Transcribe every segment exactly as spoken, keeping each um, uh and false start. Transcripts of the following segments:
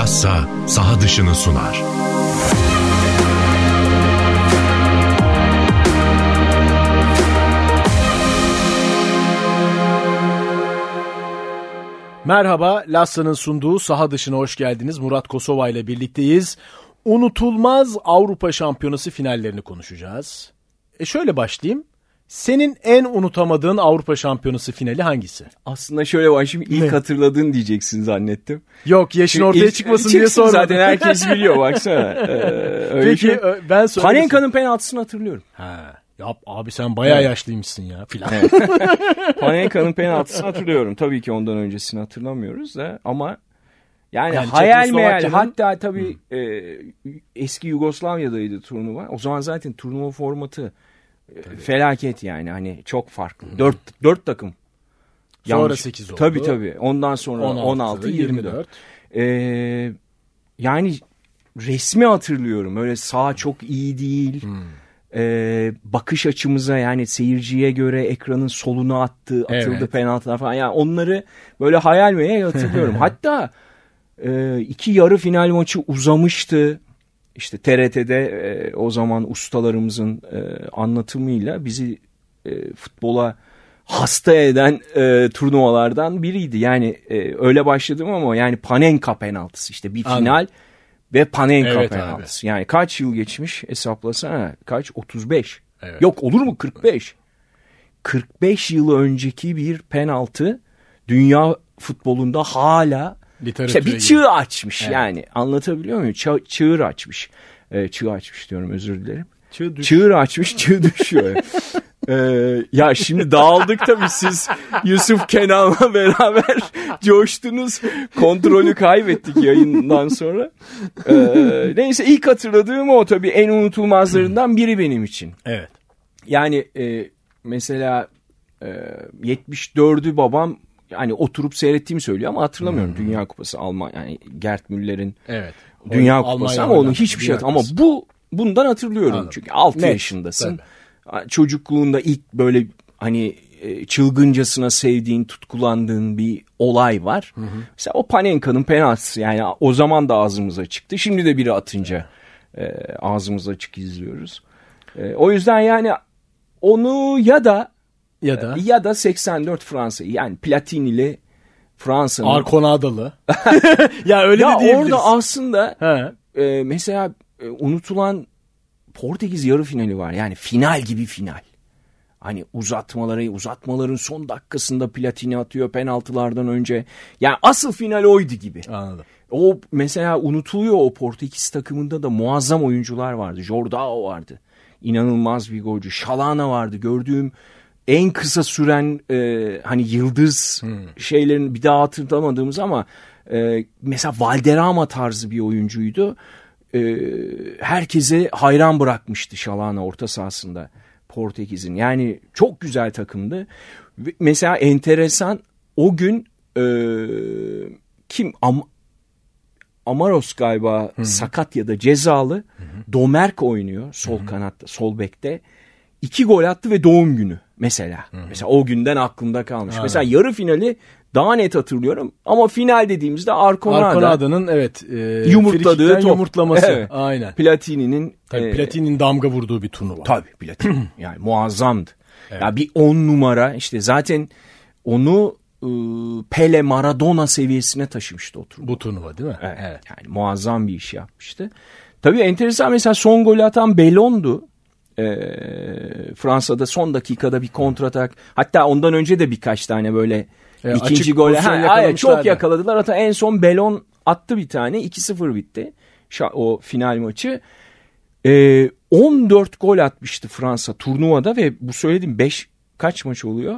Lassa saha dışını sunar. Merhaba, Lassa'nın sunduğu Saha Dışı'na hoş geldiniz. Murat Kosova ile birlikteyiz. Unutulmaz Avrupa Şampiyonası finallerini konuşacağız. E şöyle başlayayım. Senin en unutamadığın Avrupa Şampiyonası finali hangisi? Aslında şöyle başlayayım. İlk ne? Hatırladığın diyeceksin zannettim. Yok, yaşın Çünkü ortaya ilk, çıkmasın diye sormadım. Zaten herkes biliyor baksana. Ee, öyle Peki şey. ben söyleyeyim. Panenka'nın penaltısını hatırlıyorum. Ha, yap abi sen bayağı evet. yaşlıymışsın ya filan. Evet. Panenka'nın penaltısını hatırlıyorum. Tabii ki ondan öncesini hatırlamıyoruz da ama yani, yani hayal meyal, hatta tabii e, eski Yugoslavya'daydı turnuva. O zaman zaten turnuva formatı e, felaket yani, hani çok farklı. Dört, dört takım. Sonra Yanlış. sekiz oldu. Tabii tabii. Ondan sonra on altı, yirmi dört. Ee, yani resmi hatırlıyorum. Öyle saha çok iyi değil. Hmm. Ee, bakış açımıza, yani seyirciye göre ekranın soluna attığı, atıldı evet. penaltılar falan. Yani onları böyle hayal meyal hatırlıyorum. Hatta e, iki yarı final maçı uzamıştı. İşte T R T'de e, o zaman ustalarımızın e, anlatımıyla bizi e, futbola hasta eden e, turnuvalardan biriydi. Yani e, öyle başladım ama yani Panenka penaltısı, işte bir final Anladım. Ve Panenka evet, penaltısı. Abi. Yani kaç yıl geçmiş hesaplasana, kaç? otuz beş. Evet. Yok olur mu kırk beş? kırk beş yıl önceki bir penaltı dünya futbolunda hala işte bir çığ açmış evet. yani, anlatabiliyor muyum? Ça- çığır açmış. Ee, çığ açmış diyorum, özür dilerim. Çığ Çığır açmış, çığ düşüyor. Ee, ya şimdi dağıldık tabii, siz Yusuf Kenan'la beraber coştunuz. Kontrolü kaybettik yayından sonra. Ee, neyse, ilk hatırladığım o tabii, en unutulmazlarından biri benim için. Evet. Yani e, mesela e, yetmiş dördü babam hani oturup seyrettiğimi söylüyor ama hatırlamıyorum. Hmm. Dünya Kupası Almanya, yani Gerd Müller'in evet. Dünya o, Kupası Almanya ama onun hiçbir şey hatırlamıyorum. Ama bu bundan hatırlıyorum. Anladım. Çünkü altı Net. yaşındasın. Tabii. Çocukluğunda ilk böyle hani çılgıncasına sevdiğin, tutkulandığın bir olay var. Hı hı. Mesela o Panenka'nın penaltısı, yani o zaman da ağzımıza çıktı. Şimdi de biri atınca evet. e, ağzımız açık izliyoruz. E, o yüzden yani onu ya da ya da ya da seksen dört Fransa'yı, yani Platini'li Fransa'nın Arkonadalı. ya öyle ya mi diyebiliriz? Orada aslında e, mesela e, unutulan Portekiz yarı finali var. Yani final gibi final. Hani uzatmaları, uzatmaların son dakikasında Platini atıyor penaltılardan önce. Yani asıl final oydu gibi. Anladım. O mesela unutuluyor, o Portekiz takımında da muazzam oyuncular vardı. Jordao vardı. İnanılmaz bir golcü. Şalana vardı. Gördüğüm en kısa süren e, hani yıldız hmm. şeylerin bir daha hatırlamadığımız ama e, mesela Valderrama tarzı bir oyuncuydu. E, herkese hayran bırakmıştı Şalana orta sahasında Portekiz'in. Yani çok güzel takımdı. Mesela enteresan, o gün e, kim Am- Amaros galiba hmm. sakat ya da cezalı. Hmm. Domerk oynuyor sol hmm. kanatta, sol bekte. İki gol attı ve doğum günü mesela. Hmm. Mesela o günden aklımda kalmış. Ha. Mesela yarı finali daha net hatırlıyorum ama final dediğimizde Arconada, Arconada'nın evet e, yumurtladığı top. Yumurtlaması. Evet. Aynen. Platini'nin tabii e, Platini'nin damga vurduğu bir turnuva. Tabii Platini. Yani muazzamdı. Evet. Ya bir on numara, işte zaten onu e, Pele, Maradona seviyesine taşımıştı o turnuva. Bu turnuva değil mi? Evet. Evet. Yani muazzam bir iş yapmıştı. Tabii enteresan, mesela son golü atan Bellon'du. E, Fransa'da son dakikada bir kontratak. Hatta ondan önce de birkaç tane böyle e, ikinci gole ha, çok yakaladılar. Hatta en son Bellon attı bir tane. iki sıfır bitti o final maçı. E, on dört gol atmıştı Fransa turnuvada ve bu söylediğim beş kaç maç oluyor?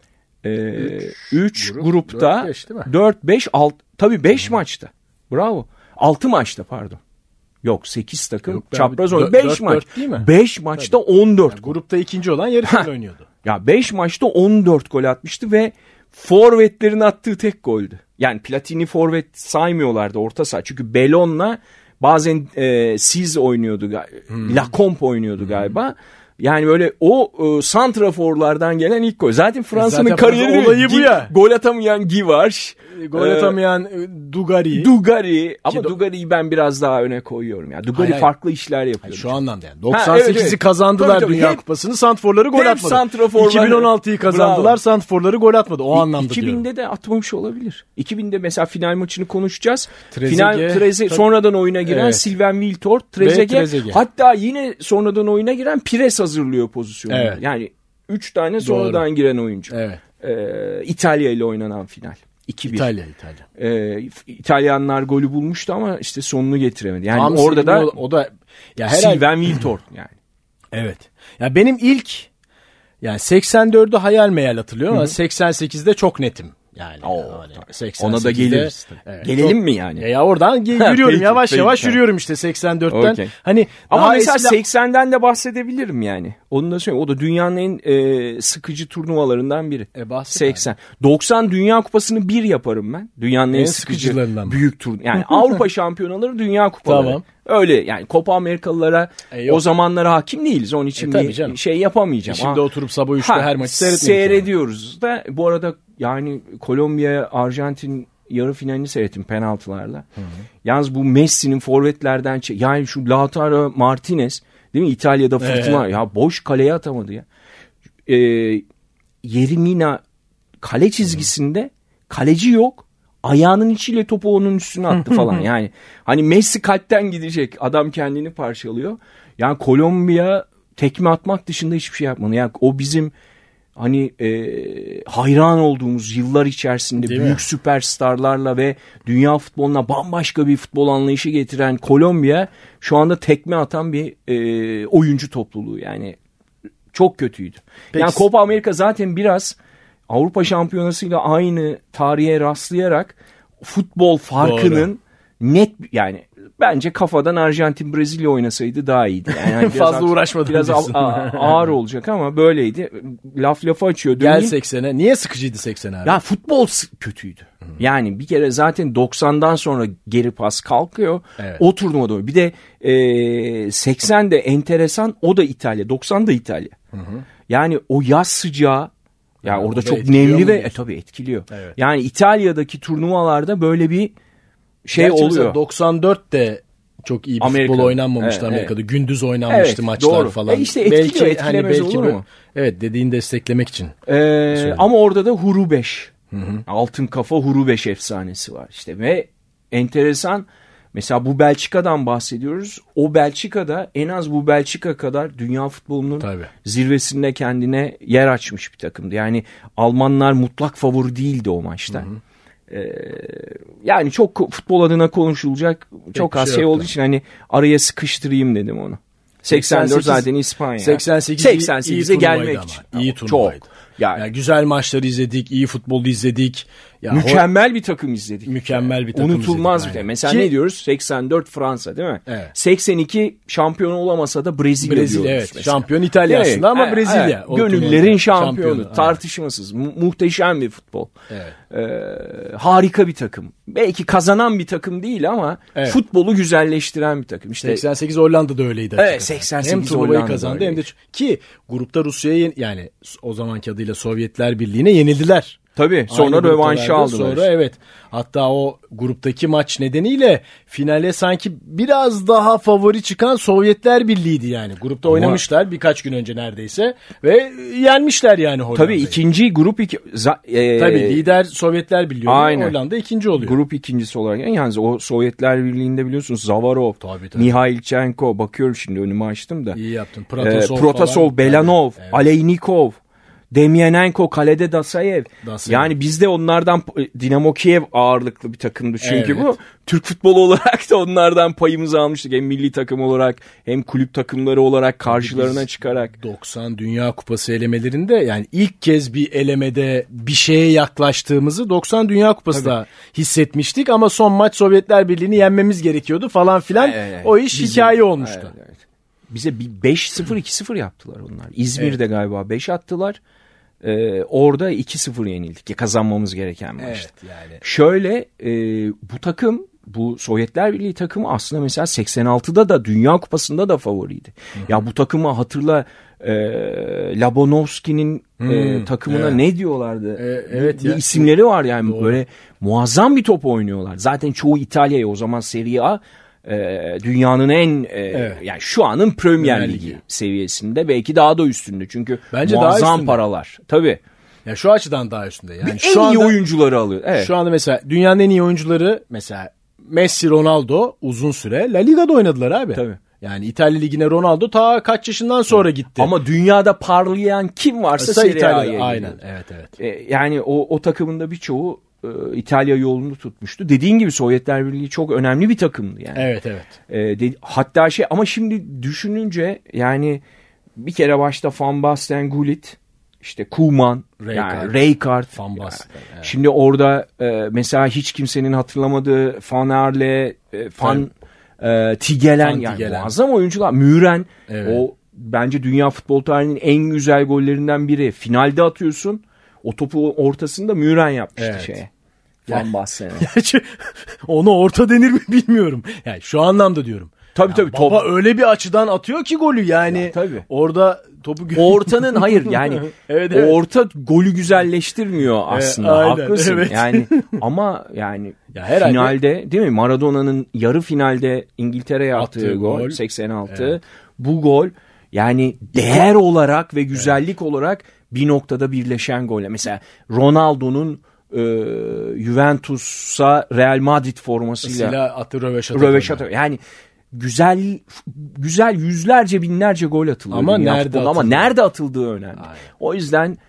üç grup, grupta dört beş altı tabii beş maçta. Bravo. altı maçta pardon. Yok sekiz takım Yok, çapraz oynuyor. beş maç. beş maçta on dört. Yani grupta ikinci olan yarı final oynuyordu. Ya beş maçta on dört gol atmıştı ve forvetlerin attığı tek goldü. Yani Platini forvet saymıyorlardı orta saha. Çünkü Bellon'la bazen e, Siz oynuyordu. Hmm. Lacombe oynuyordu hmm. galiba. Yani böyle o e, santraforlardan gelen ilk gol. Zaten Fransa'nın Zaten kariyeri olayı bu ya. Gol atamayan Givaş. Gol atamayan e, Dugari. Dugari. Ama Ki do- Dugari'yi ben biraz daha öne koyuyorum. Yani Dugari Hayır, farklı işler yapıyor. Şu anlamda yani. doksan sekizi ha, evet, evet. kazandılar tabii, tabii. Dünya Hep, Kupası'nı. Santrforları gol atmadı. santraforlar. iki bin on altıyı kazandılar. Bravo. Santrforları gol atmadı. O anlamda iki binde diyorum. de atmamış olabilir. iki binde mesela final maçını konuşacağız. Trezeguet, Final Treze, sonradan oyuna giren evet. Sylvain Wiltord, Trezeguet, Trezeguet. hatta yine sonradan oyuna giren Pires hazırlıyor pozisyonu. Evet. Yani üç tane sonradan Doğru. giren oyuncu. Evet. Ee, İtalya ile oynanan final. iki bir. İtalya, İtalya. Ee, İtalyanlar golü bulmuştu ama işte sonunu getiremedi. Yani Tam orada da o, o da ya herhalde Sylvain Wiltord yani. evet. Ya benim ilk yani seksen dördü hayal meyal hatırlıyorum ama seksen sekizde çok netim. Yani Oo, hani ona da geliriz. Evet, Gelelim çok, mi yani? Ya oradan ge- yürüyorum Peki, yavaş peki, yavaş tamam. yürüyorum işte seksen dörtten. Okay. Hani ama daha mesela eskiden... seksenden de bahsedebilirim yani. Onu da söyleyeyim. O da dünyanın en e, sıkıcı turnuvalarından biri. E, seksen. doksan Dünya Kupası'nı bir yaparım ben. Dünyanın en, En sıkıcı sıkıcılarından büyük tur. Yani Avrupa şampiyonaları, Dünya Kupaları. Tamam. Öyle yani Copa Amerikalılara E, o zamanlara hakim değiliz. Onun için E, tabii bir canım. şey yapamayacağım. Şimdi Ha. oturup sabah üçte Ha, her maçı seyretmiyoruz. Seyrediyoruz da bu arada yani Kolombiya, Arjantin yarı finalini seyrettim penaltılarla. Hı hı. Yalnız bu Messi'nin forvetlerden yani şu Lautaro Martinez değil mi İtalya'da fırtına ee. ya boş kaleye atamadı ya. Ee, Yerimina kale çizgisinde hı. kaleci yok. Ayağının içiyle topu onun üstüne attı falan. Yani hani Messi kalpten gidecek. Adam kendini parçalıyor. Yani Kolombiya tekme atmak dışında hiçbir şey yapmadı. Yani o bizim hani e, hayran olduğumuz yıllar içerisinde değil büyük mi? süperstarlarla ve dünya futboluna bambaşka bir futbol anlayışı getiren Kolombiya şu anda tekme atan bir e, oyuncu topluluğu. Yani çok kötüydü. Peki. Yani Copa Amerika zaten biraz Avrupa Şampiyonası'yla aynı tarihe rastlayarak futbol farkının Doğru. net yani bence kafadan Arjantin Brezilya oynasaydı daha iyiydi. Yani fazla uğraşmadım. Biraz a- a- ağır olacak ama böyleydi. Laf lafı açıyor. Gel seksene. Niye sıkıcıydı seksen abi? Ya futbol kötüydü. Hmm. Yani bir kere zaten doksandan sonra geri pas kalkıyor. Evet. O turnuvada. Bir de e, seksen de enteresan. O da İtalya. doksan da İtalya. Hı hı. Yani o yaz sıcağı ya yani orada çok nemli ve e, tabii etkiliyor. Evet. Yani İtalya'daki turnuvalarda böyle bir şey Gerçi oluyor. doksan dörtte çok iyi bir Amerika, futbol oynanmamıştı evet, Amerika'da. Evet. Gündüz oynanmıştı evet, maçlar doğru. falan. E işte etkiliyor, belki, etkilemez hani belki olur mu? Evet dediğini desteklemek için. Ee, ama orada da Hurubeş. Hı hı. Altın kafa Hurubeş efsanesi var işte ve enteresan. Mesela bu Belçika'dan bahsediyoruz. O Belçika'da en az bu Belçika kadar dünya futbolunun Tabii. zirvesinde kendine yer açmış bir takımdı. Yani Almanlar mutlak favori değildi o maçta. Hı hı. Ee, yani çok futbol adına konuşulacak çok Pek az şey, şey olduğu için hani araya sıkıştırayım dedim onu. seksen dört seksen sekiz, zaten İspanya. seksen sekiz seksen sekize gelmek için. İyi turnuvaydı. Çok. Yani. yani güzel maçları izledik, iyi futbol izledik. Ya mükemmel o... bir takım izledik. Mükemmel bir takım Unutulmaz izledik. bir takım. Mesela Ki... ne diyoruz? seksen dört Fransa değil mi? Evet. seksen iki şampiyon olamasa da Brezilya, Brezilya diyoruz evet. mesela. Şampiyon İtalya evet. aslında ama evet. Brezilya. Evet. Gönüllerin şampiyonu. şampiyonu. Tartışmasız. Mu- muhteşem bir futbol. Evet. Ee, harika bir takım. Belki kazanan bir takım değil ama evet. futbolu güzelleştiren bir takım. İşte seksen sekiz Hollanda'da öyleydi. Evet, seksen sekiz hem turnuvayı kazandı hem de ki grupta Rusya'ya yani o zamanki adıyla Sovyetler Birliği'ne yenildiler. Tabii sonra rövanşı aldılar. Sonra evet hatta o gruptaki maç nedeniyle finale sanki biraz daha favori çıkan Sovyetler Birliği'ydi yani. Grupta Ama... oynamışlar birkaç gün önce neredeyse ve yenmişler yani Hollanda'yı. Tabii ikinci grup iki... E... Tabii lider Sovyetler Birliği oluyor. Hollanda ikinci oluyor. Grup ikincisi olarak yani yalnız o Sovyetler Birliği'nde biliyorsunuz Zavarov, tabii, tabii. Mihailchenko bakıyorum şimdi önümü açtım da. İyi yaptın. Protasov, e, Protasov Belanov, evet. Aleynikov. Demyanenko, kalede Dasayev. Dasayev. Yani bizde onlardan Dinamo Kiev ağırlıklı bir takımdı çünkü evet. bu. Türk futbolu olarak da onlardan payımızı almıştık. Hem milli takım olarak hem kulüp takımları olarak karşılarına Biz çıkarak. doksan Dünya Kupası elemelerinde yani ilk kez bir elemede bir şeye yaklaştığımızı doksan Dünya Kupası'da hissetmiştik. Ama son maç Sovyetler Birliği'ni yenmemiz gerekiyordu falan filan. Evet, evet. O iş Bizim, hikaye olmuştu. Evet, evet. Bize beş sıfır iki sıfır yaptılar onlar. İzmir'de evet. galiba beş attılar. Ee, orada iki sıfır yenildik. Kazanmamız gereken maçtı. Evet, yani. Şöyle e, bu takım bu Sovyetler Birliği takımı aslında mesela seksen altıda da Dünya Kupası'nda da favoriydi. Hı hı. Ya bu takımı hatırla, e, Labanovski'nin e, takımına evet. ne diyorlardı? E, evet bir, ya. bir isimleri var yani. Doğru. Böyle muazzam bir top oynuyorlar. Zaten çoğu İtalya'ya, o zaman Serie A e, dünyanın en e, evet. yani şu anın Premier Ligi seviyesinde, belki daha da üstünde. Çünkü bence muazzam paralar. Tabii. Ya şu açıdan daha üstünde. Yani en şu iyi anda, oyuncuları alıyor. Evet. Şu anda mesela dünyanın en iyi oyuncuları mesela Messi, Ronaldo uzun süre La Liga'da oynadılar abi. Tabii. Yani İtalya Ligi'ne Ronaldo ta kaç yaşından sonra gitti. Ama dünyada parlayan kim varsa Serie A'ya aynen. Evet evet. E, yani o o takımında birçoğu e, İtalya yolunu tutmuştu. Dediğin gibi Sovyetler Birliği çok önemli bir takımdı yani. Evet evet. E, de, hatta şey, ama şimdi düşününce yani bir kere başta Van Basten, Gullit, işte Koeman, yani Rijkaard. Yani. Evet. Şimdi orada e, mesela hiç kimsenin hatırlamadığı Van Aerle, e, Van e, Tigelen, Van yani Tigelen. Muazzam oyuncular. Müren, evet. O bence dünya futbol tarihinin en güzel gollerinden biri. Finalde atıyorsun. O topu ortasında Müren yapmıştı evet. şeye. Van Basten'e. Ona orta denir mi bilmiyorum. Yani şu anlamda diyorum. Tabii tabii. Baba top... öyle bir açıdan atıyor ki golü yani. Ya, tabii. Orada topu... Ortanın hayır yani evet, evet. orta golü güzelleştirmiyor aslında. Evet, haklısın. Evet. Yani ama yani ya herhalde... finalde değil mi? Maradona'nın yarı finalde İngiltere'ye attığı, attığı gol, gol seksen altı. Evet. Bu gol yani değer olarak ve güzellik evet. olarak bir noktada birleşen gol. Mesela Ronaldo'nun e, Juventus'a Real Madrid formasıyla mesela atı röveşata. Röveşata. Yani güzel güzel yüzlerce binlerce gol atılıyor. Ama nerede ama nerede atıldığı önemli. Aynen. O yüzden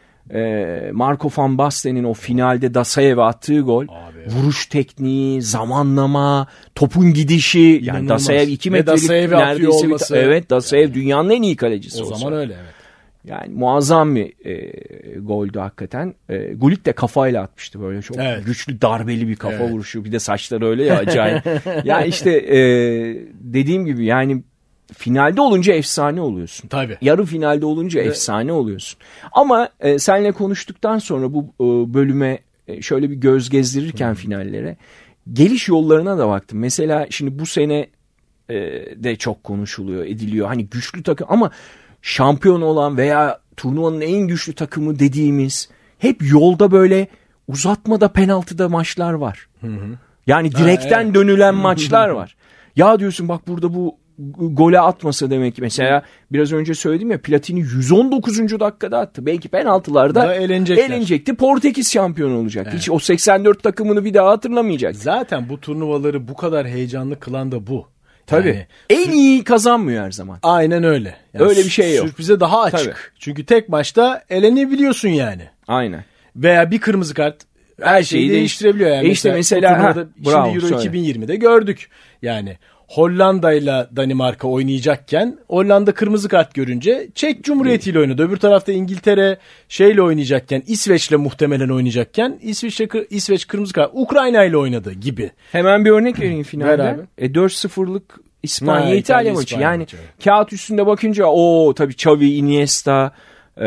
e, Marco van Basten'in o finalde Dasayev'e attığı gol, abi, vuruş tekniği, zamanlama, topun gidişi, yani İnanılmaz. Dasayev iki metrelik neredeyse bir, evet Dasayev yani. Dünyanın en iyi kalecisi. O zaman olsa. Öyle evet. Yani muazzam bir e, goldü hakikaten. E, Gullit de kafayla atmıştı, böyle çok evet. güçlü darbeli bir kafa evet. vuruşu. Bir de saçları öyle ya, acayip. Ya işte e, dediğim gibi yani finalde olunca efsane oluyorsun. Tabii. Yarı finalde olunca evet. efsane oluyorsun. Ama e, seninle konuştuktan sonra bu e, bölüme e, şöyle bir göz gezdirirken hmm. finallere, geliş yollarına da baktım. Mesela şimdi bu sene e, de çok konuşuluyor, ediliyor. Hani güçlü takım ama şampiyon olan veya turnuvanın en güçlü takımı dediğimiz hep yolda böyle uzatmada, penaltıda maçlar var. Hı hı. Yani direkten ha, evet. dönülen maçlar var. Ya diyorsun bak burada bu gole atmasa demek ki. Mesela biraz önce söyledim ya, Platini yüz on dokuzuncu dakikada attı. Belki penaltılarda elenecekti. Portekiz şampiyon olacak. Evet. Hiç o seksen dört takımını bir daha hatırlamayacak. Zaten bu turnuvaları bu kadar heyecanlı kılan da bu. Tabii. Yani, en iyi kazanmıyor her zaman. Aynen öyle. Yani öyle bir şey yok. Sürprize daha açık. Tabii. Çünkü tek maçta elenebiliyorsun yani. Aynen. Veya bir kırmızı kart her, her şeyi, şeyi değiştirebiliyor yani. E işte mesela, mesela ha, bravo, şimdi Euro söyle. iki bin yirmide gördük. Yani Hollanda ile Danimarka oynayacakken Hollanda kırmızı kart görünce Çek Cumhuriyeti ile oynadı. Öbür tarafta İngiltere şeyle oynayacakken, İsveç'le muhtemelen oynayacakken İsveç'le İsveç kırmızı kart Ukrayna ile oynadı gibi. Hemen bir örnek vereyim finalde. E, dört sıfırlık İspanya İtalya maçı. İspanya yani maçı. Kağıt üstünde bakınca o tabii Xavi, Iniesta e,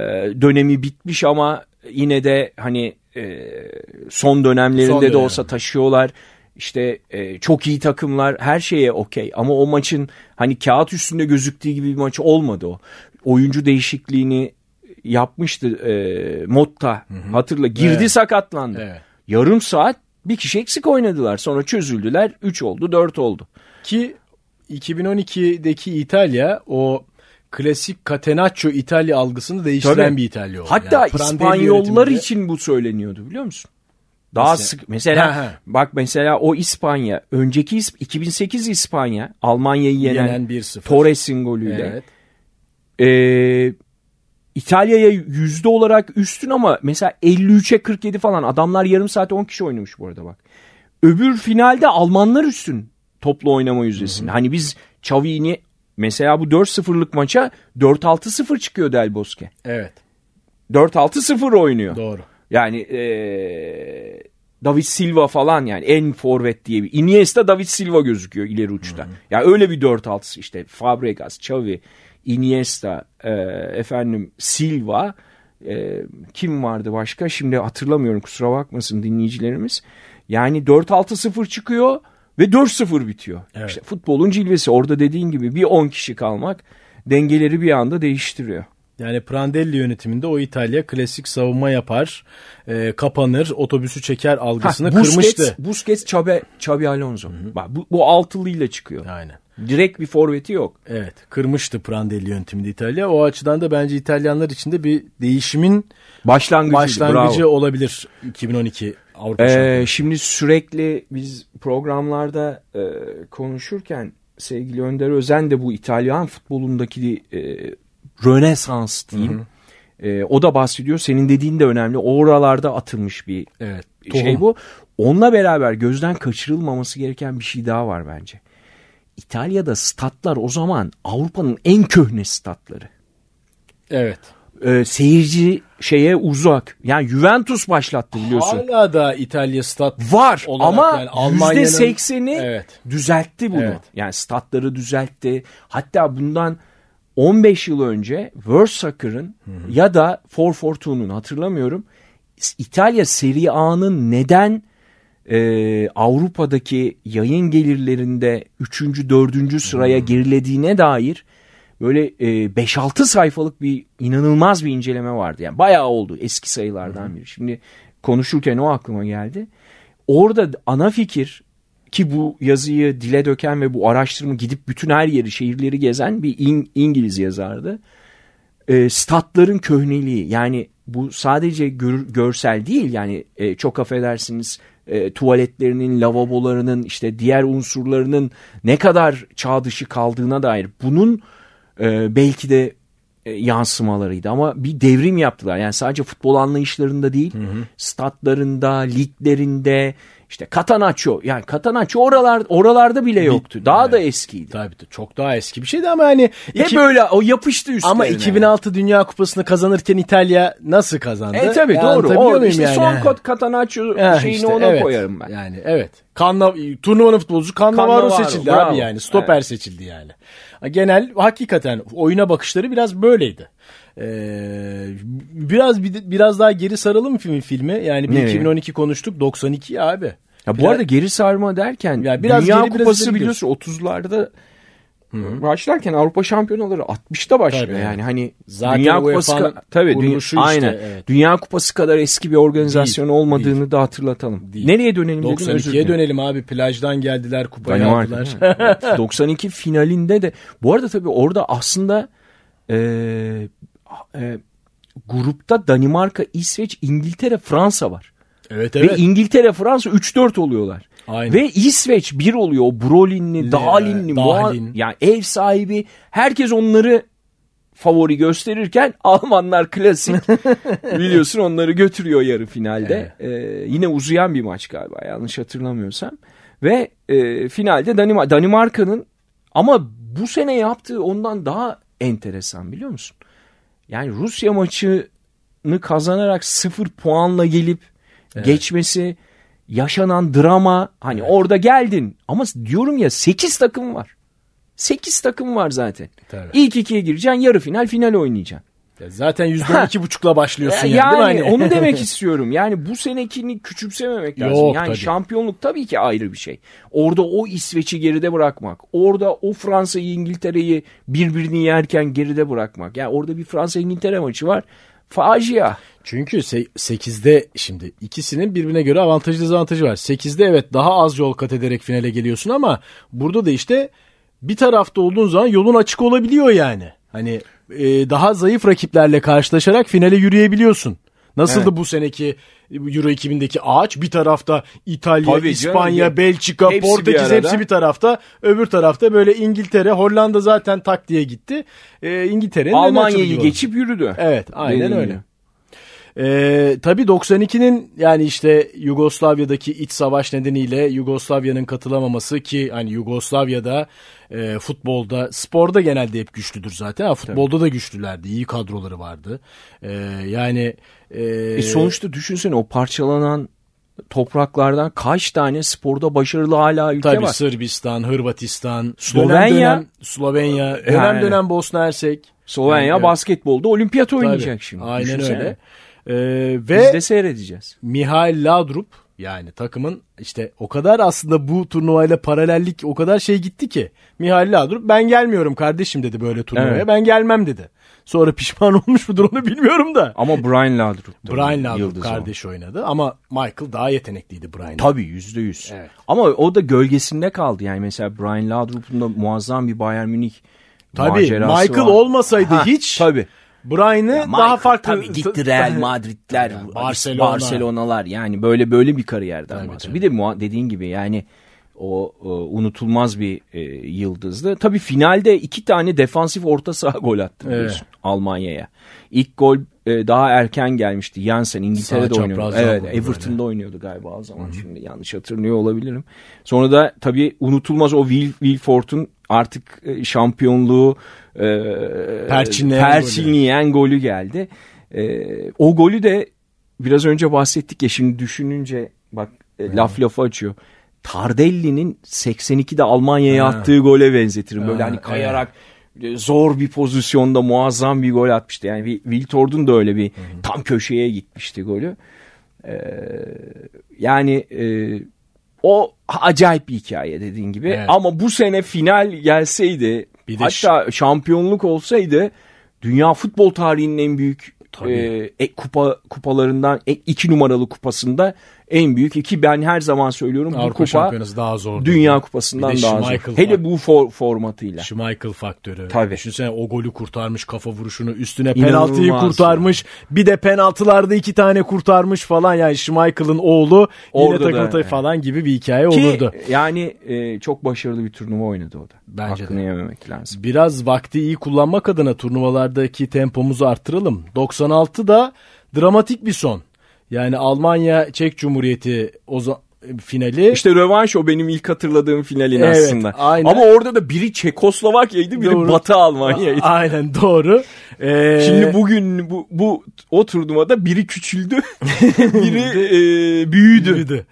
dönemi bitmiş ama yine de hani e, son dönemlerinde son dönem. de olsa taşıyorlar. İşte e, çok iyi takımlar, her şeye okey. Ama o maçın hani kağıt üstünde gözüktüğü gibi bir maç olmadı o. Oyuncu değişikliğini yapmıştı e, Motta. Hı hı. Hatırla, girdi evet. sakatlandı. Evet. Yarım saat bir kişi eksik oynadılar. Sonra çözüldüler. üç oldu, dört oldu. Ki iki bin on ikideki İtalya o klasik Catenaccio İtalya algısını değiştiren Tabii. bir İtalya oldu. Hatta yani İspanyollar için bu söyleniyordu, biliyor musun? Daha mesela, sık mesela ha, ha. bak mesela o İspanya, önceki iki bin sekiz İspanya Almanya'yı yenen, yenen Torres'in golüyle evet. e, İtalya'ya yüzde olarak üstün ama mesela elli üçe kırk yedi falan, adamlar yarım saat on kişi oynamış bu arada bak. Öbür finalde Almanlar üstün toplu oynama yüzdesinde. Hani biz Xavi'ni mesela bu dört sıfırlık maça dört altı sıfır çıkıyor Del Bosque. Evet. dört altı sıfır oynuyor. Doğru. Yani ee, David Silva falan, yani en forvet diye bir. Iniesta, David Silva gözüküyor ileri uçta. Hmm. Ya yani öyle bir dört altı işte Fabregas, Xavi, Iniesta, e, efendim Silva, e, kim vardı başka? Şimdi hatırlamıyorum, kusura bakmasın dinleyicilerimiz. Yani dört altı sıfır çıkıyor. ve dört sıfır bitiyor. Evet. İşte futbolun cilvesi, orada dediğin gibi bir on kişi kalmak dengeleri bir anda değiştiriyor. Yani Prandelli yönetiminde o İtalya klasik savunma yapar, e, kapanır, otobüsü çeker algısını ha, Busquets, kırmıştı. Busquets, Xabi, Xabi Alonso. Hı-hı. Bak bu, bu altılıyla çıkıyor. Aynen. Direkt bir forveti yok. Evet, kırmıştı Prandelli yönetiminde İtalya. O açıdan da bence İtalyanlar için de bir değişimin başlangıcı, başlangıcı olabilir iki bin on iki Avrupa Şampiyonası. Ee, şimdi sürekli biz programlarda e, konuşurken sevgili Önder Özen de bu İtalyan futbolundaki e, Rönesans diyeyim. E, o da bahsediyor. Senin dediğin de önemli. Oralarda atılmış bir evet, şey tohum. Bu. Onunla beraber gözden kaçırılmaması gereken bir şey daha var bence. İtalya'da statlar o zaman Avrupa'nın en köhne statları. Evet. Ee, seyirci şeye uzak. Yani Juventus başlattı biliyorsun. Hala da İtalya stat var ama yani yüzde sekseni evet. düzeltti bunu. Evet. Yani statları düzeltti. Hatta bundan on beş yıl önce World Soccer'ın Hı-hı. ya da dört nokta ikinin hatırlamıyorum. İtalya Serie A'nın neden e, Avrupa'daki yayın gelirlerinde üçüncü dördüncü sıraya Hı-hı. gerilediğine dair böyle e, beş altı sayfalık bir inanılmaz bir inceleme vardı. Yani bayağı oldu, eski sayılardan Hı-hı. biri. Şimdi konuşurken o aklıma geldi. Orada ana fikir, ki bu yazıyı dile döken ve bu araştırma gidip bütün her yeri, şehirleri gezen bir İng- İngiliz yazardı. E, statların köhneliği, yani bu sadece gör- görsel değil, yani e, çok affedersiniz e, tuvaletlerinin, lavabolarının, işte diğer unsurlarının ne kadar çağ dışı kaldığına dair bunun e, belki de e, yansımalarıydı. Ama bir devrim yaptılar. Yani sadece futbol anlayışlarında değil, hı hı. statlarında, liglerinde. İşte Catenaccio, yani Catenaccio oralar, oralarda bile yoktu. Daha evet. da eskiydi. Tabii çok daha eski bir şeydi ama hani. Hep iki... böyle o yapıştı üstlerine. Ama iki bin altı Dünya Kupası'nı kazanırken İtalya nasıl kazandı? E tabii yani, doğru. O, işte yani. Son Catenaccio şeyini işte, ona evet. koyarım ben. Yani evet. Kanna, turnuvanın futbolcusu Cannavaro seçildi bravo. abi yani. Stoper evet. seçildi yani. Genel hakikaten oyuna bakışları biraz böyleydi. Ee, biraz biraz daha geri saralım filmi filmi. Yani bir iki bin on iki konuştuk, doksan iki abi. Ya bu biraz, arada geri sarma derken yani biraz Dünya geri, Kupası biraz biliyorsun otuzlarda Hı-hı. başlarken Avrupa Şampiyonaları altmışta başlıyor. Tabii, yani hani zaten Dünya Kupası ka- tabii dünya, işte, aynen. Evet. Dünya Kupası kadar eski bir organizasyon değil, olmadığını değil. da hatırlatalım. Değil. Nereye dönelim dedim, özür doksan ikiye dönelim abi. Plajdan geldiler, kupayı aldılar. doksan iki finalinde de bu arada tabii orada aslında e, e, grupta Danimarka, İsveç, İngiltere, Fransa var. Evet evet. Ve İngiltere, Fransa üç dört oluyorlar. Aynen. Ve İsveç bir oluyor. O Brolinli, Dahlinli, Dahlin. Yani ev sahibi. Herkes onları favori gösterirken Almanlar klasik biliyorsun onları götürüyor yarı finalde. Evet. Ee, yine uzayan bir maç galiba yanlış hatırlamıyorsam. Ve e, finalde Danimar- Danimarka'nın ama bu sene yaptığı ondan daha enteresan biliyor musun? Yani Rusya maçını kazanarak sıfır puanla gelip evet. geçmesi, yaşanan drama, hani evet. orada geldin ama diyorum ya sekiz takım var. sekiz takım var zaten. Tabii. İlk ikiye gireceksin, yarı final final oynayacaksın. Ya zaten yüzde on iki buçukla başlıyorsun yani, yani değil mi? Hani? Onu demek istiyorum. Yani bu senekini küçümsememek lazım. Yok, yani tabii. Şampiyonluk tabii ki ayrı bir şey. Orada o İsveç'i geride bırakmak, orada o Fransa'yı, İngiltere'yi birbirini yerken geride bırakmak. Yani orada bir Fransa-İngiltere maçı var. Facia. Çünkü sekizde şimdi ikisinin birbirine göre avantajlı dezavantajı var. sekizde evet daha az yol kat ederek finale geliyorsun ama burada da işte bir tarafta olduğun zaman yolun açık olabiliyor yani. Hani e, daha zayıf rakiplerle karşılaşarak finale yürüyebiliyorsun. Nasıldı evet. bu seneki Euro iki bindeki ağaç? Bir tarafta İtalya, Tabii İspanya, canım, Belçika, hepsi Portekiz bir hepsi bir tarafta. Öbür tarafta böyle İngiltere, Hollanda zaten tak diye gitti. Ee, İngiltere'nin Almanya'yı geçip yürüdü. Evet, aynen Benim öyle. Ee, tabii doksan ikinin yani işte Yugoslavya'daki iç savaş nedeniyle Yugoslavya'nın katılamaması ki hani Yugoslavya'da e, futbolda, sporda genelde hep güçlüdür zaten. Ha, futbolda tabii. da güçlülerdi. İyi kadroları vardı. Ee, yani e, e sonuçta düşünsene o parçalanan topraklardan kaç tane sporda başarılı hala ülke tabii, var. Tabii Sırbistan, Hırvatistan, Slovenya, dönem dönem, Slovenya, dönem yani. dönem Bosna Hersek. Slovenya yani, basketbolda olimpiyat oynayacak tabii, şimdi. Aynen Düşünsene. öyle. Ee, ve biz de seyredeceğiz. Mihail Laudrup Yani takımın işte o kadar aslında bu turnuvayla paralellik o kadar şey gitti ki. Mihail Laudrup ben gelmiyorum kardeşim dedi böyle turnuvaya. Evet. Ben gelmem dedi. Sonra pişman olmuş mudur onu bilmiyorum da. Ama Brian Laudrup. Brian Laudrup kardeş oynadı ama Michael daha yetenekliydi Brian. Tabii yüzde yüz. Ama o da gölgesinde kaldı. Yani mesela Brian Laudrup'un da muazzam bir Bayern Münih tabii, macerası var. Michael olmasaydı ha, hiç. Tabii. Brian'ı daha farklı. Tabii gitti Real Madrid'ler, yani Barcelona. Barcelona'lar yani böyle böyle bir kariyerden bahsediyor. Bir de muha- dediğin gibi yani o, o unutulmaz bir e, yıldızdı. Tabii finalde iki tane defansif orta saha gol attı evet. Almanya'ya. İlk gol e, daha erken gelmişti. Jansen İngiltere'de oynuyordu. Evet, Everton'da böyle. oynuyordu galiba o zaman. Hı-hı. Şimdi yanlış hatırlıyor olabilirim. Sonra da tabii unutulmaz o Will, Wilford'un artık e, şampiyonluğu e, perçinleyen golü geldi. E, o golü de biraz önce bahsettik ya, şimdi düşününce bak e, laf lafı açıyor. Tardelli'nin seksen ikide Almanya'ya ha. attığı gole benzetirim. Böyle ha, hani kayarak evet. zor bir pozisyonda muazzam bir gol atmıştı. Yani Wiltord'un da öyle bir Hı-hı. tam köşeye gitmişti golü. Ee, yani e, o acayip bir hikaye dediğin gibi. Evet. Ama bu sene final gelseydi, hatta ş- şampiyonluk olsaydı dünya futbol tarihinin en büyük e, kupa kupalarından e, iki numaralı kupasında en büyük iki, ben her zaman söylüyorum Avrupa bu kupa daha zor. Dünya kupasından daha zor. Hele bu for, formatıyla. Schmeichel faktörü. Tabii. Düşünsene o golü kurtarmış, kafa vuruşunu, üstüne penaltıyı İnanılmaz kurtarmış. Yani. Bir de penaltılarda iki tane kurtarmış falan. Yani Schmeichel'ın oğlu orada yine takıltay falan gibi bir hikaye Ki, olurdu. Yani e, çok başarılı bir turnuva oynadı o da. Bence Hakkını de. yememek lazım. Biraz vakti iyi kullanmak adına turnuvalardaki tempomuzu arttıralım. doksan altıda dramatik bir son. Yani Almanya Çek Cumhuriyeti o zaman finali. İşte rövanş o benim ilk hatırladığım finalin evet, aslında. Aynen. Ama orada da biri Çekoslovakya'ydı, biri doğru. Batı Almanya'ydı. Aynen doğru. Ee... Şimdi bugün bu, bu o turnuvada biri küçüldü, biri e, büyüdü. büyüdü.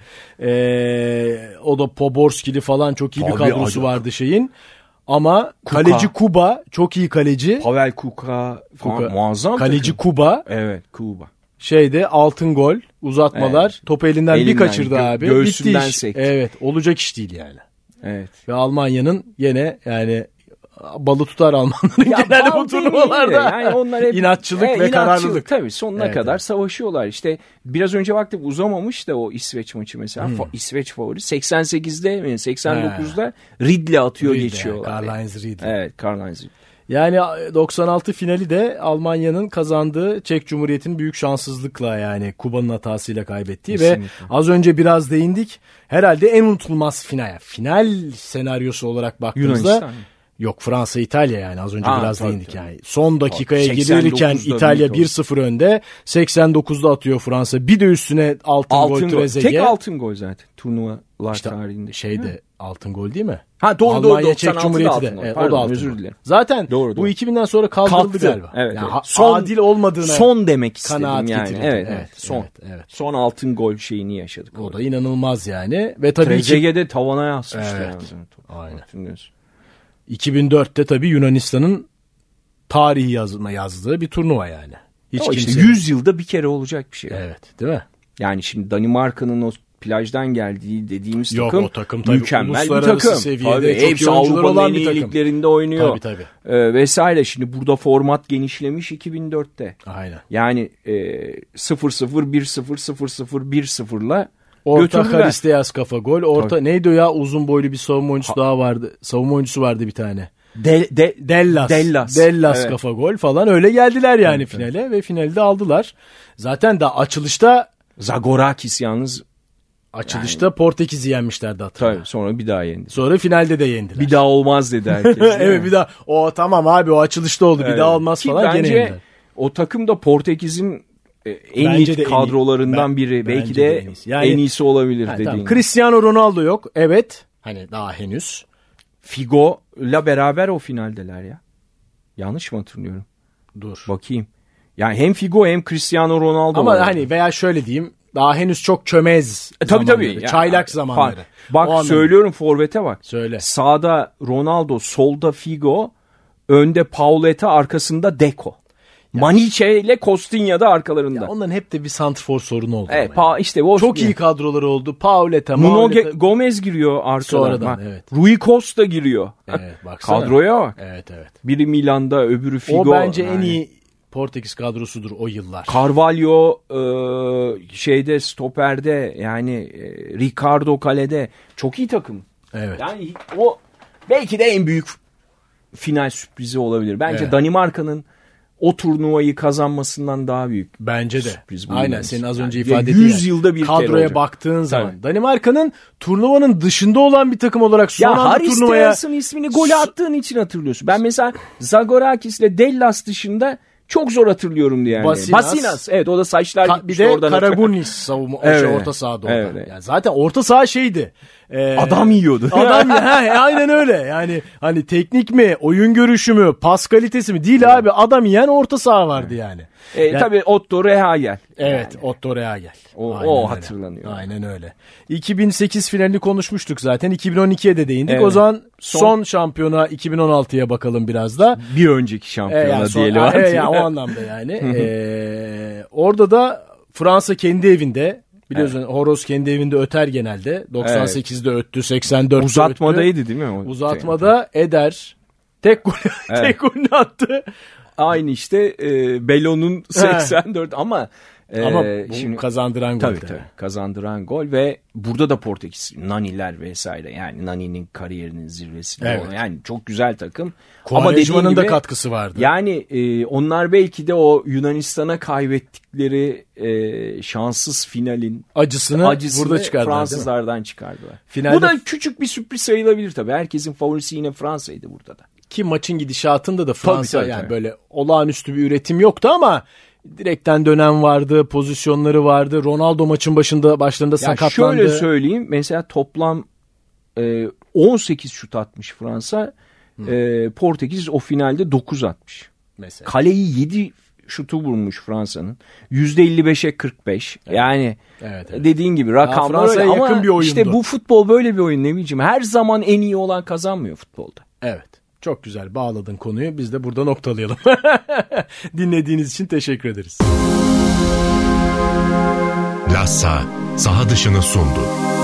Ee, o da Poborski'li falan çok iyi Tabii, bir kadrosu acayip. vardı şeyin. Ama Kuka. Kaleci Kuba çok iyi kaleci. Pavel Kuka, Kuka. muazzam. Kaleci takım. Kuba. Evet, Kuba. Şeyde altın gol, uzatmalar, evet. topu elinden, elinden bir kaçırdı gö- abi. Göğsünden sekti. Evet, olacak iş değil yani. Evet. Ve Almanya'nın yine yani balı tutar Almanların ya genelde bu turnuvalarda. Yani onlar hep inatçılık e, ve inatçılık, kararlılık. Tabii sonuna evet, kadar evet. savaşıyorlar. İşte biraz önce baktık uzamamış da o İsveç maçı mesela. Hmm. Fa- İsveç favori. seksen sekizde seksen dokuzda ha. Ridley atıyor Ridley, geçiyorlar. Karl-Heinz Ridley. Evet, Karl-Heinz Ridley. Yani doksan altı finali de Almanya'nın kazandığı, Çek Cumhuriyeti'nin büyük şanssızlıkla yani Kuba'nın hatasıyla kaybettiği Kesinlikle. Ve az önce biraz değindik. Herhalde en unutulmaz final. Final senaryosu olarak baktığımızda Yunanistan. Yok Fransa İtalya yani az önce ha, biraz tabii, değindik tabii. yani. Son dakikaya girilirken İtalya bir sıfır önde. seksen dokuzda atıyor Fransa. Bir de üstüne altın, altın gol Trezeguet. Tek altın gol zaten turnuvalar işte tarihinde. Şeyde Hı. altın gol değil mi? Ha doğru Almanya, doğru. Çek Cumhuriyeti de. Evet, Pardon, o da altın. Özür dilerim. Zaten doğru, doğru. bu iki binden sonra kaldırıldı Kalktı. galiba. Evet, yani evet. Son, adil olmadığına son demek istedim yani. Getirildi. Evet, evet. Son. Evet, evet. Son altın gol şeyini yaşadık. O orada. Da inanılmaz yani ve tabii Trezeguet'e iki... tavana yansımıştı evet. yani. Aynen. iki bin dörtte tabii Yunanistan'ın tarihi yazma yazdığı bir turnuva yani. Hiç o kimse... işte yüz yılda bir kere olacak bir şey. Evet, değil mi? Yani şimdi Danimarka'nın o plajdan geldiği dediğimiz Yok, takım o takım tabii mükemmel bir takım. Seviyede tabii, hepsi Avrupa'nın en iyi liglerinde oynuyor. Tabii tabii. Ee, vesaire. Şimdi burada format genişlemiş iki bin dörtte. Aynen. Yani e, sıfır sıfır bir sıfır sıfır sıfır bir sıfırla orta Haristeas kafa gol. Orta tabii. Neydi o ya? Uzun boylu bir savunma oyuncusu ha. daha vardı. Savunma oyuncusu vardı bir tane. De, de, Dellas. Dellas. Dellas evet. kafa gol falan öyle geldiler yani evet, finale evet. ve finalde aldılar. Zaten da açılışta Zagorakis yalnız açılışta yani... Portekiz'i yenmişlerdi hatırla. Tabii sonra bir daha yendi. Sonra finalde de yendiler. Bir daha olmaz dedi herkes. evet bir daha o tamam abi o açılışta oldu evet. bir daha olmaz Ki falan gene yendiler. O takım da Portekiz'in en Bence iyi kadrolarından en iyi. biri. Ben, Belki de, de en, iyisi. Yani, en iyisi olabilir yani, dediğin. Tamam. Cristiano Ronaldo yok. Evet. Hani daha henüz. Figo'la beraber o finaldeler ya. Yanlış mı hatırlıyorum? Dur. Bakayım. Yani hem Figo hem Cristiano Ronaldo Ama var. hani veya şöyle diyeyim. Daha henüz çok çömez e, tabii zamanları. tabii. Çaylak yani, zamanları. Bak o söylüyorum forvete bak. Söyle. Sağda Ronaldo, solda Figo, önde Pauleta, arkasında Deco. Maniche ile Costinha da arkalarında. Ya onların hep de bir santrfor sorunu oldu. Evet, pa- işte o çok iyi kadroları oldu. Pauleta, Nuno Pauleta... Gomez giriyor arkalarına. Sonradan, evet. Rui Costa giriyor. Evet, baksana. Kadroya bak. Evet, evet. Biri Milan'da, öbürü Figo. O bence yani. en iyi Portekiz kadrosudur o yıllar. Carvalho e, şeyde stoperde, yani e, Ricardo kalede, çok iyi takım. Evet. Yani o belki de en büyük final sürprizi olabilir. Bence evet. Danimarka'nın o turnuvayı kazanmasından daha büyük. Bence de. Sürpriz. Aynen senin az önce yani ifade ettiğin. yüz yılda bir kere kadroya olacak. baktığın zaman. Tabii. Danimarka'nın turnuvanın dışında olan bir takım olarak son ya anda Haris turnuvaya... Teas'ın ismini golü attığın için hatırlıyorsun. Ben mesela Zagorakis ile Dellas dışında çok zor hatırlıyorum diye yani. Basinas. Basinas. Evet, o da saçlar Ka- gitmişti bir de oradan. Karabunis savunma Evet. şey, orta sahada oradan. Evet. Yani zaten orta saha şeydi. Ee, Adam yiyordu. Adam ya, aynen öyle. Yani hani teknik mi, oyun görüşü mü, pas kalitesi mi değil abi. Adam yiyen orta saha vardı yani. E, yani tabii Otto Rehagel. evet, yani. Otto Rehagel. O, Aynen o öyle. hatırlanıyor. Aynen öyle. iki bin sekiz finalini konuşmuştuk zaten. iki bin on ikiye de değindik. Evet. O zaman son, Son şampiyona iki bin on altıya bakalım biraz da. Bir önceki şampiyona Ee, yani son, diyelim. evet, yani o anlamda yani. ee, orada da Fransa kendi evinde, biliyorsun evet. Horoz kendi evinde öter genelde. doksan sekizde evet. öttü, seksen dörtte uzatmadaydı öttü. değil mi? O Uzatmada şey. Eder tek gol evet. tek golünü attı. Aynı işte e, Belo'nun seksen dört ama e, ama bu şimdi kazandıran gol. Tabii tabii kazandıran gol ve burada da Portekiz, Nani'ler vesaire, yani Nani'nin kariyerinin zirvesinde evet. olan, yani çok güzel takım. Quaresma'nın da katkısı vardı. Yani e, onlar belki de o Yunanistan'a kaybettikleri e, şanssız finalin acısını, acısını burada çıkardılar. Fransızlardan çıkardılar. Finalde... Bu da küçük bir sürpriz sayılabilir tabii. Herkesin favorisi yine Fransa'ydı burada da. Ki maçın gidişatında da Fransa, tabii, tabii, yani tabii. böyle olağanüstü bir üretim yoktu ama direkten dönem vardı, pozisyonları vardı. Ronaldo maçın başında başlarında ya sakatlandı. Şöyle söyleyeyim, mesela toplam e, on sekiz şut atmış Fransa. E, Portekiz o finalde dokuz atmış. Mesela. Kaleyi yedi şutu vurmuş Fransa'nın. yüzde elli beşe kırk beş. Evet. Yani evet, evet. dediğin gibi rakamlar öyle ama yakın bir oyundu. İşte bu futbol böyle bir oyun, ne bileyim. Her zaman en iyi olan kazanmıyor futbolda. Evet. Çok güzel bağladın konuyu. Biz de burada noktalayalım. Dinlediğiniz için teşekkür ederiz. Lassa saha dışını sundu.